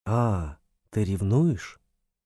А, ты ревнуешь?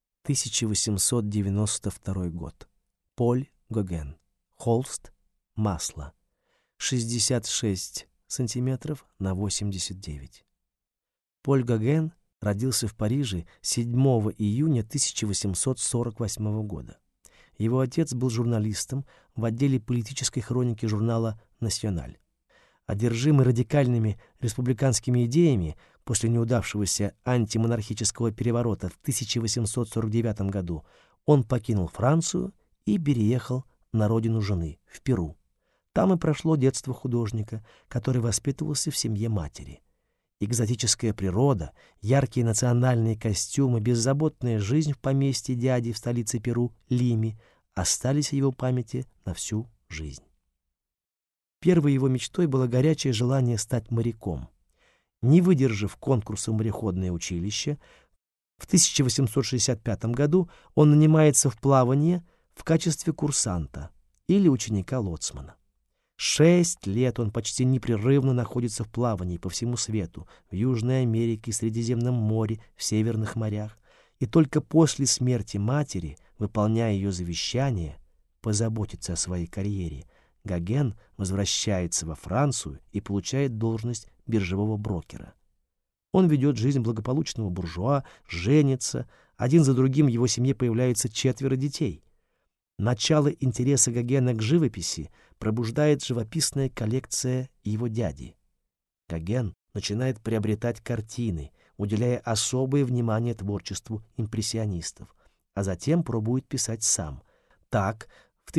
1892 год. Поль Гоген. Холст. Масло. 66 сантиметров на 89. Поль Гоген родился в Париже 7 июня 1848 года. Его отец был журналистом в отделе политической хроники журнала «Националь». Одержимый радикальными республиканскими идеями после неудавшегося антимонархического переворота в 1849 году, он покинул Францию и переехал на родину жены, в Перу. Там и прошло детство художника, который воспитывался в семье матери. Экзотическая природа, яркие национальные костюмы, беззаботная жизнь в поместье дяди в столице Перу, Лиме, остались в его памяти на всю жизнь. Первой его мечтой было горячее желание стать моряком. Не выдержав конкурса в мореходное училище, в 1865 году он нанимается в плавание в качестве курсанта или ученика-лоцмана. 6 лет он почти непрерывно находится в плавании по всему свету, в Южной Америке, Средиземном море, в Северных морях, и только после смерти матери, выполняя ее завещание, позаботиться о своей карьере, Гоген возвращается во Францию и получает должность биржевого брокера. Он ведет жизнь благополучного буржуа, женится, один за другим в его семье появляется 4 детей. Начало интереса Гогена к живописи пробуждает живописная коллекция его дяди. Гоген начинает приобретать картины, уделяя особое внимание творчеству импрессионистов, а затем пробует писать сам. Так, в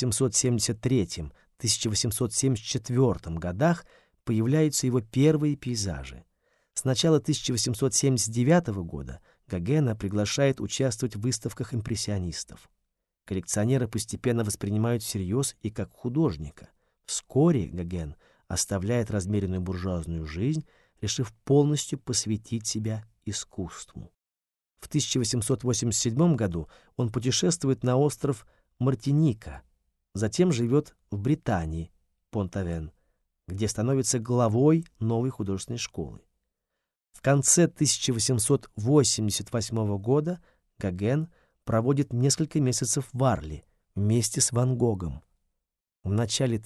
1873-1874 годах появляются его первые пейзажи. С начала 1879 года Гогена приглашает участвовать в выставках импрессионистов. Коллекционеры постепенно воспринимают всерьез и как художника. Вскоре Гоген оставляет размеренную буржуазную жизнь, решив полностью посвятить себя искусству. В 1887 году он путешествует на остров Мартиника, затем живет в Британии, Понт-Авен, где становится главой новой художественной школы. В конце 1888 года Гоген проводит несколько месяцев в Арли вместе с Ван Гогом. В начале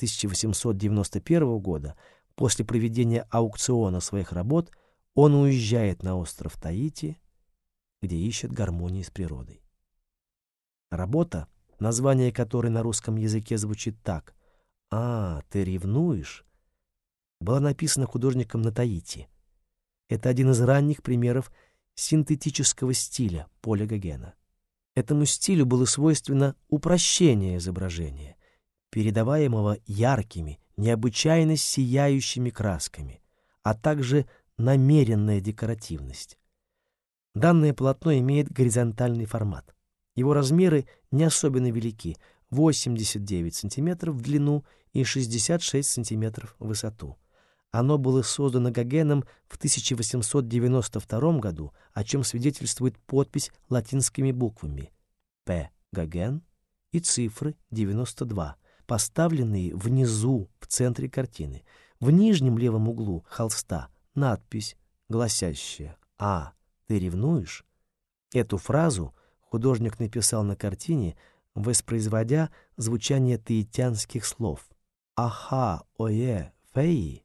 1891 года, после проведения аукциона своих работ, он уезжает на остров Таити, где ищет гармонии с природой. Работа, название которой на русском языке звучит так: «А, ты ревнуешь», была написана художником на Таити. Это один из ранних примеров синтетического стиля Поля Гогена. Этому стилю было свойственно упрощение изображения, передаваемого яркими, необычайно сияющими красками, а также намеренная декоративность. Данное полотно имеет горизонтальный формат. Его размеры не особенно велики — 89 см в длину и 66 см в высоту. Оно было создано Гогеном в 1892 году, о чем свидетельствует подпись латинскими буквами «П. Гоген» и цифры 92, поставленные внизу в центре картины. В нижнем левом углу холста надпись, гласящая «А, ты ревнуешь?». Эту фразу художник написал на картине, воспроизводя звучание таитянских слов «Аха, ое, феи».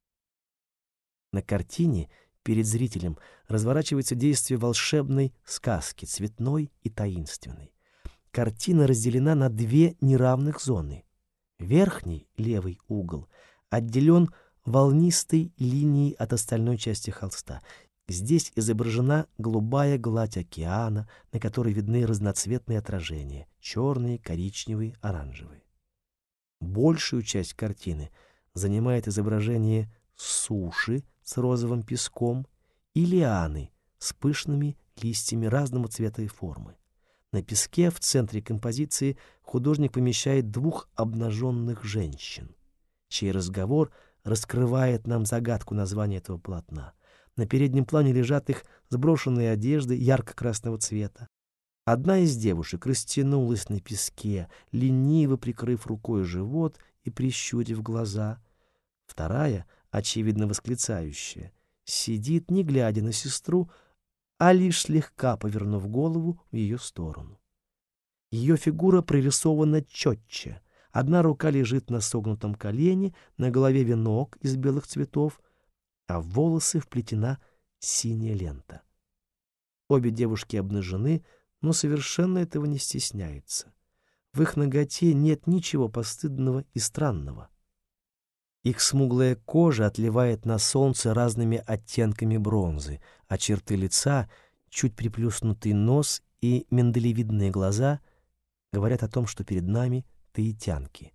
На картине перед зрителем разворачивается действие волшебной сказки, цветной и таинственной. Картина разделена на 2 неравных зоны. Верхний, левый угол, отделен волнистой линией от остальной части холста. Здесь изображена голубая гладь океана, на которой видны разноцветные отражения — черные, коричневые, оранжевые. Большую часть картины занимает изображение суши с розовым песком и лианы с пышными листьями разного цвета и формы. На песке в центре композиции художник помещает 2 обнаженных женщин, чей разговор раскрывает нам загадку названия этого полотна. На переднем плане лежат их сброшенные одежды ярко-красного цвета. Одна из девушек растянулась на песке, лениво прикрыв рукой живот и прищурив глаза. Вторая, очевидно восклицающая, сидит, не глядя на сестру, а лишь слегка повернув голову в ее сторону. Ее фигура прорисована четче. Одна рука лежит на согнутом колене, на голове венок из белых цветов, а в волосы вплетена синяя лента. Обе девушки обнажены, но совершенно этого не стесняются. В их наготе нет ничего постыдного и странного. Их смуглая кожа отливает на солнце разными оттенками бронзы, а черты лица, чуть приплюснутый нос и миндалевидные глаза говорят о том, что перед нами таитянки.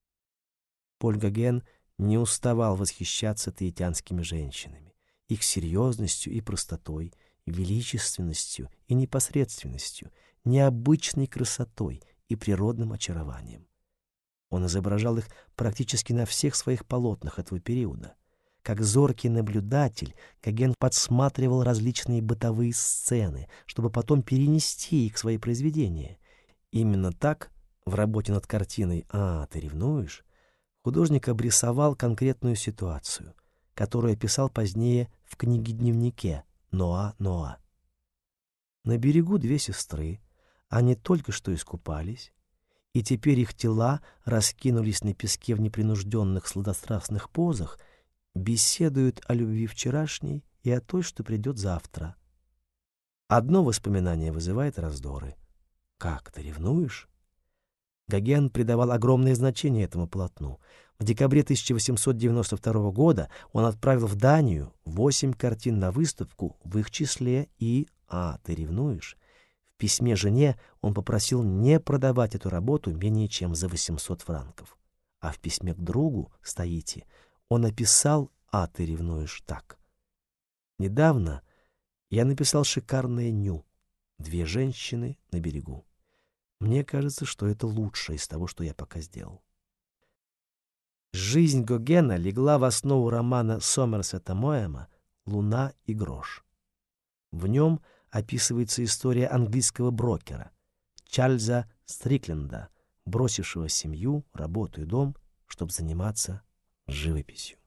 Поль Гоген не уставал восхищаться таитянскими женщинами, их серьезностью и простотой, величественностью и непосредственностью, необычной красотой и природным очарованием. Он изображал их практически на всех своих полотнах этого периода. Как зоркий наблюдатель, Гоген подсматривал различные бытовые сцены, чтобы потом перенести их в свои произведения. Именно так, в работе над картиной «А, ты ревнуешь», художник обрисовал конкретную ситуацию, которую описал позднее в книге-дневнике «Ноа, Ноа». На берегу две сестры, они только что искупались, и теперь их тела раскинулись на песке в непринужденных сладострастных позах, беседуют о любви вчерашней и о той, что придет завтра. Одно воспоминание вызывает раздоры. «Как, ты ревнуешь?» Гоген придавал огромное значение этому полотну. В декабре 1892 года он отправил в Данию 8 картин на выставку, в их числе и «А, ты ревнуешь?». В письме жене он попросил не продавать эту работу менее чем за 800 франков. А в письме к другу, Стоите, он написал «А, ты ревнуешь» так. «Недавно я написал шикарное ню. Две женщины на берегу. Мне кажется, что это лучшее из того, что я пока сделал». Жизнь Гогена легла в основу романа Сомерсета Моэма «Луна и грош». В нем описывается история английского брокера Чарльза Стрикленда, бросившего семью, работу и дом, чтобы заниматься живописью.